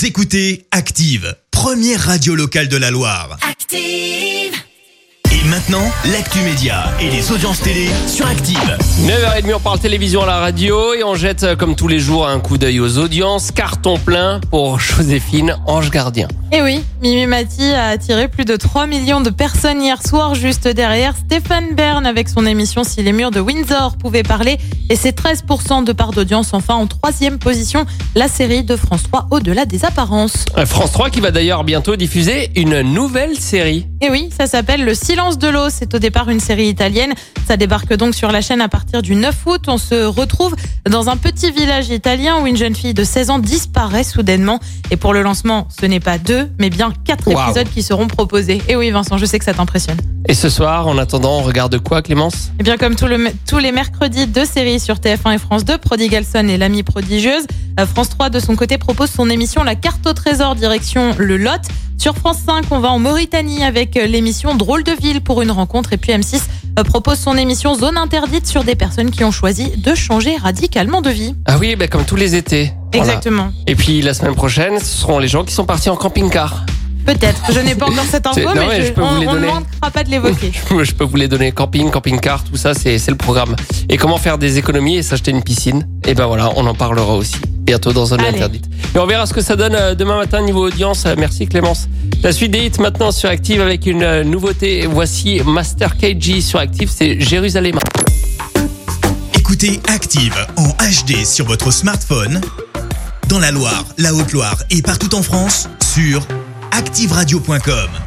Vous écoutez Active, première radio locale de la Loire. Active. Et maintenant, l'actu média et les audiences télé sur Active. 9h30, on parle télévision à la radio et on jette comme tous les jours un coup d'œil aux audiences. Carton plein pour Joséphine, Ange Gardien. Et oui, Mimi Mati a attiré plus de 3 millions de personnes hier soir, juste derrière Stéphane Bern avec son émission Si les murs de Windsor pouvaient parler. Et c'est 13% de part d'audience. Enfin, en troisième position, la série de France 3 Au-delà des apparences. France 3 qui va d'ailleurs bientôt diffuser une nouvelle série. Et oui, ça s'appelle Le silence de l'eau. C'est au départ une série italienne. Ça débarque donc sur la chaîne à partir du 9 août. On se retrouve dans un petit village italien où une jeune fille de 16 ans disparaît soudainement. Et pour le lancement, ce n'est pas 2, mais bien 4 épisodes qui seront proposés. Et oui, Vincent, je sais que ça t'impressionne. Et ce soir, en attendant, on regarde quoi, Clémence ? Eh bien, comme tous les mercredis, 2 séries sur TF1 et France 2, Prodigal Son et L'Amie prodigieuse. France 3, de son côté, propose son émission La carte au trésor, direction le Lot. Sur France 5, on va en Mauritanie avec l'émission Drôle de ville pour une rencontre. Et puis M6 propose son émission Zone interdite sur des personnes qui ont choisi de changer radicalement de vie. Ah oui, comme tous les étés. Exactement. Voilà. Et puis la semaine prochaine, ce seront les gens qui sont partis en camping-car. Peut-être. Je n'ai pas encore cette info, Non, mais on ne manquera pas de l'évoquer. Je peux vous les donner. Camping-car, tout ça, c'est le programme. Et comment faire des économies et s'acheter une piscine. Et ben voilà, on en parlera aussi bientôt dans Zone interdite. Et on verra ce que ça donne demain matin niveau audience. Merci Clémence. La suite des hits maintenant sur Active avec une nouveauté. Voici Master KG sur Active, c'est Jérusalem. Écoutez Active en HD sur votre smartphone, dans la Loire, la Haute-Loire et partout en France, sur activeradio.com.